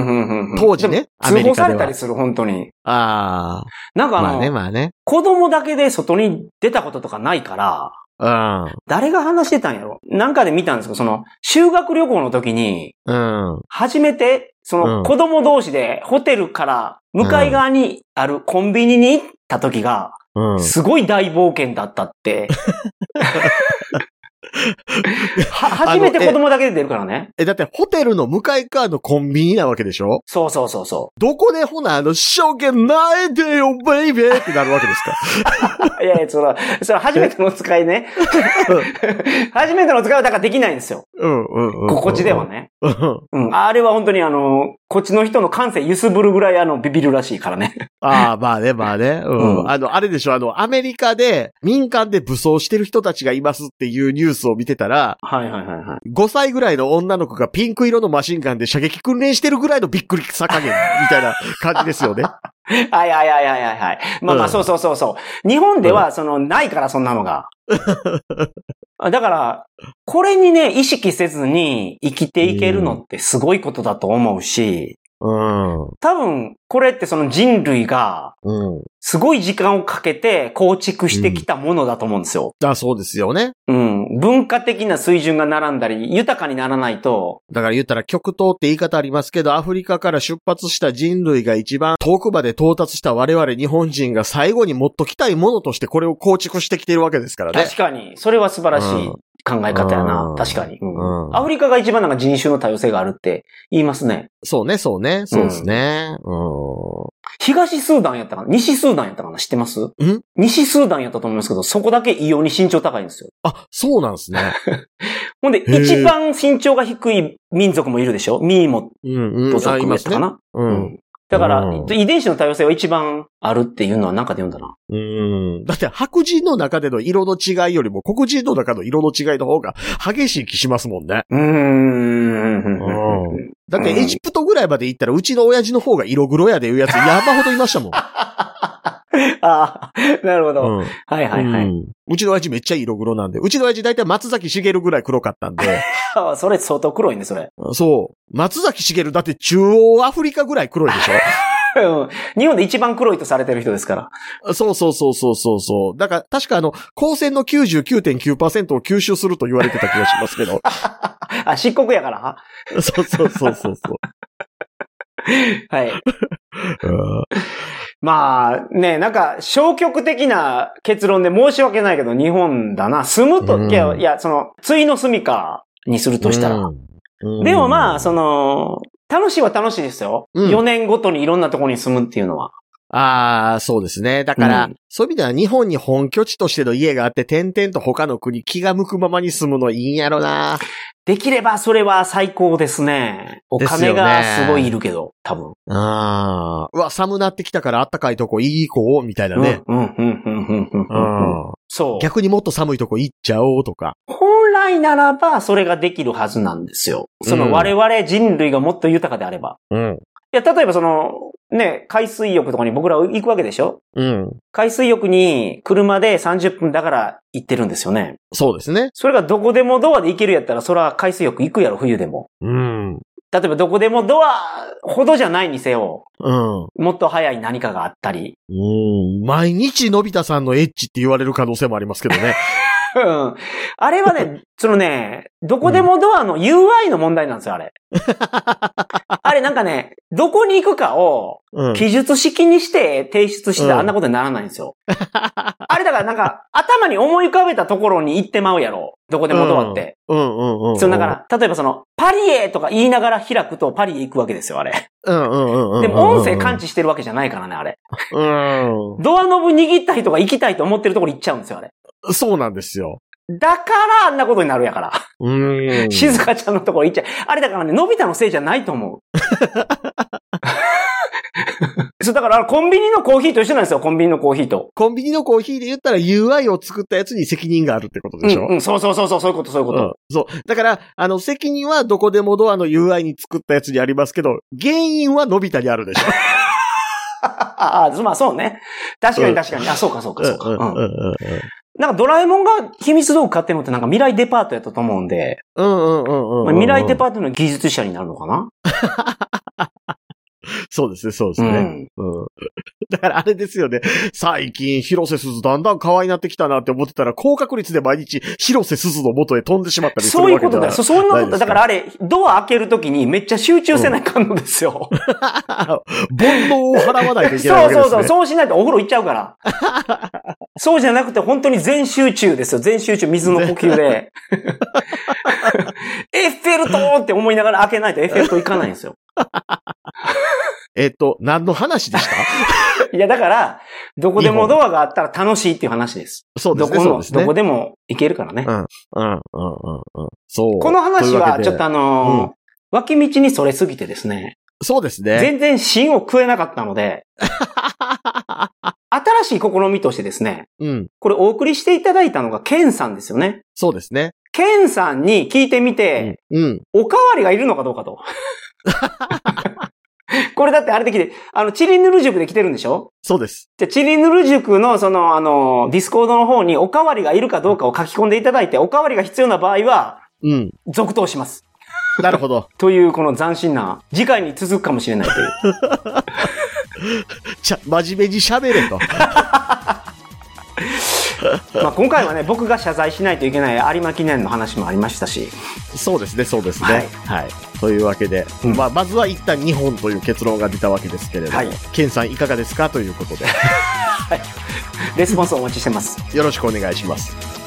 うん、うん。当時ね。 アメリカでは。通報されたりする、本当に。 ああ。 なんかあの、 まあね、まあね。 子供だけで外に出たこととかないから、うん。誰が話してたんやろなんかで見たんですけど、その、修学旅行の時に、うん。初めて、その、子供同士でホテルから向かい側にあるコンビニに行った時が、うん、すごい大冒険だったって。は、初めて子供だけで出るからね。 え、だってホテルの向かい側のコンビニなわけでしょ？ そうそうそうそう。 どこでほな、あの、証券ないでよ、ベイベーってなるわけですか？ いやいや、その、その初めての使いね。初めての使いはだからできないんですよ。うんうんうん、うん。こっちではね。うん。あれは本当にあの、 こっちの人の感性揺すぶるぐらいあの、ビビるらしいからね。 ああ、まあね、まあね。うん。うん、あの、あれでしょ、あの、アメリカで民間で武装してる人たちがいますっていうニュースを見てたら、 はいはいはいはい。 ごさいぐらいの女の子がピンク色のマシンガンで射撃訓練してるぐらいのびっくりさ加減みたいな感じですよね。 はいはいはいはいはい。まあまあ、そうそうそうそう。日本では、その、ないから、そんなのが。だから、これにね、意識せずに生きていけるのってすごいことだと思うし、 うん、 多分、これってその人類が、すごい時間をかけて構築してきたものだと思うんですよ。 うん、あ、そうですよね。 うん。文化的な水準が並んだり、豊かにならないと。 だから言ったら極東って言い方ありますけど、アフリカから出発した人類が一番遠くまで到達した我々日本人が最後に持っときたいものとしてこれを構築してきているわけですからね。 確かに。それは素晴らしい。うん考え方やな。確かに、うんうん。アフリカが一番なんか人種の多様性があるって言いますね。 そうね、そうね。そうですね。うん、 東スーダンやったかな西スーダンやったかな知ってますん西スーダンやったと思いますけど、そこだけ異様に身長高いんですよ。 あ、そうなんですね。 ほんで、一番身長が低い民族もいるでしょミーモット族やったかな、うんうんうんだから、うん、遺伝子の多様性は一番あるっていうのは何かで読んだな。 うん。だって白人の中での色の違いよりも黒人の中の色の違いの方が激しい気しますもんね。 うーん。 うん。だってエジプトぐらいまで行ったらうちの親父の方が色黒やでいうやつ山ほどいましたもん。 ああ、なるほど、うん。はいはいはい、うん。 うちの親父めっちゃ色黒なんで、うちの親父だいたい松崎しげるぐらい黒かったんで。 それ相当黒いね、それ。 そう。松崎しげるだって中央アフリカぐらい黒いでしょ日本で一番黒いとされてる人ですから。 そうそうそうそうそうそう。だから確かあの、光線の きゅうじゅうきゅうてんきゅうパーセント を吸収すると言われてた気がしますけど。 あ、漆黒やからそうそうそうそうそう。 はい。まあね、なんか消極的な結論で申し訳ないけど日本だな。住むと、うん、いや、いや、その、対の住みかにするとしたら。うんうん、でもまあ、その、楽しいは楽しいですよ。うん、よねんごとにいろんなところに住むっていうのは。 ああ、そうですね。だから、うん、そういう意味では日本に本拠地としての家があって、点々と他の国気が向くままに住むのいいんやろな。 できればそれは最高ですね。お金がすごいいるけど、多分。 ああ。うわ、寒なってきたからあったかいとこいいこうみたいなね。 うん、うん、うん、うん、うん、うん。そう。 逆にもっと寒いとこ行っちゃおうとか。 本来ならばそれができるはずなんですよ。その我々人類がもっと豊かであれば。 うん。 いや、例えばその、ね、海水浴とかに僕ら行くわけでしょ？ うん。 海水浴に車でさんじゅっぷんだから行ってるんですよね。 そうですね。 それがどこでもドアで行けるやったら、それは海水浴行くやろ、冬でも。 うん。 例えばどこでもドアほどじゃないにせよ。 うん。 もっと早い何かがあったり。 うん。毎日のび太さんのエッチって言われる可能性もありますけどね。 うん。あれはね、そのね、どこでもドアの ユーアイ の問題なんですよ、あれ。あれなんかね、どこに行くかを記述式にして提出して、うん、あんなことにならないんですよ。あれだからなんか、頭に思い浮かべたところに行ってまうやろ。どこでもドアって。 うん、うん、うんうん。 そうだから、例えばその、パリへとか言いながら開くとパリへ行くわけですよ、あれ。 うん、うん、うん。 でも音声感知してるわけじゃないからね、あれ。 うん。 ドアノブ握った人が行きたいと思ってるところ行っちゃうんですよ、あれ。 そうなんですよ。 だからあんなことになるやから。 うん。 静香ちゃんのところ行っちゃう。あれだからね、のび太のせいじゃないと思う。そうだからコンビニのコーヒーと一緒なんですよ、コンビニのコーヒーと。 コンビニのコーヒーで言ったら ユーアイ を作ったやつに責任があるってことでしょ。 うん、うん、そうそうそうそう、そういうこと、そういうこと。うん、 そう。だから、あの、責任はどこでもドアの ユーアイ に作ったやつにありますけど、原因はのび太にあるでしょ。 ああ、まあそうね。確かに確かに。うん、あ、そうかそうかそうか。うんうんうんうん。なんかドラえもんが秘密道具買ってるのってなんか未来デパートやったと思うんで。 うんうんうんうん、うん。 未来デパートの技術者になるのかなそうですね、そうですね。うん。うん、だからあれですよね。最近、広瀬すずだんだん可愛いなってきたなって思ってたら、高確率で毎日、広瀬すずの元へ飛んでしまったりするわけだ。 そういうことだよ。そ、そういうことだ。だからあれ、ドア開けるときにめっちゃ集中せないかんのですよ。 うん、煩悩を払わないといけないわけですね。 そうそうそう。そうしないとお風呂行っちゃうから。そうじゃなくて本当に全集中ですよ。全集中、水の呼吸で。エッフェル塔って思いながら開けないとエッフェル塔行かないんですよ。 えっと、何の話でしたいや、だから、どこでもドアがあったら楽しいっていう話です。 そうですね。 どこの、 そうですね。 どこでも行けるからね。 うん、うん、うん、うん、うん。そう。 この話は、ちょっとあのー、うん、脇道にそれすぎてですね。 そうですね。 全然芯を食えなかったので、新しい試みとしてですね、 うん。 これお送りしていただいたのがケンさんですよね。 そうですね。 ケンさんに聞いてみて、 うん。うん、 おかわりがいるのかどうかと。これだってあれで来て、あの、チリヌル塾で来てるんでしょ？ そうです。 じゃ、チリヌル塾のその、あの、ディスコードの方におかわりがいるかどうかを書き込んでいただいて、おかわりが必要な場合は、 うん。 続投します。 なるほど。 という、この斬新な、次回に続くかもしれないという。 ちゃ、真面目に喋れと。 まあ今回はね、僕が謝罪しないといけない有馬記念の話もありましたし。 そうですね、そうですね。はい。はい、というわけで、うん、まあ、まずは一旦にほんという結論が出たわけですけれども、はい、ケンさんいかがですかということで。はい。 レスポンスをお待ちしてます。 よろしくお願いします。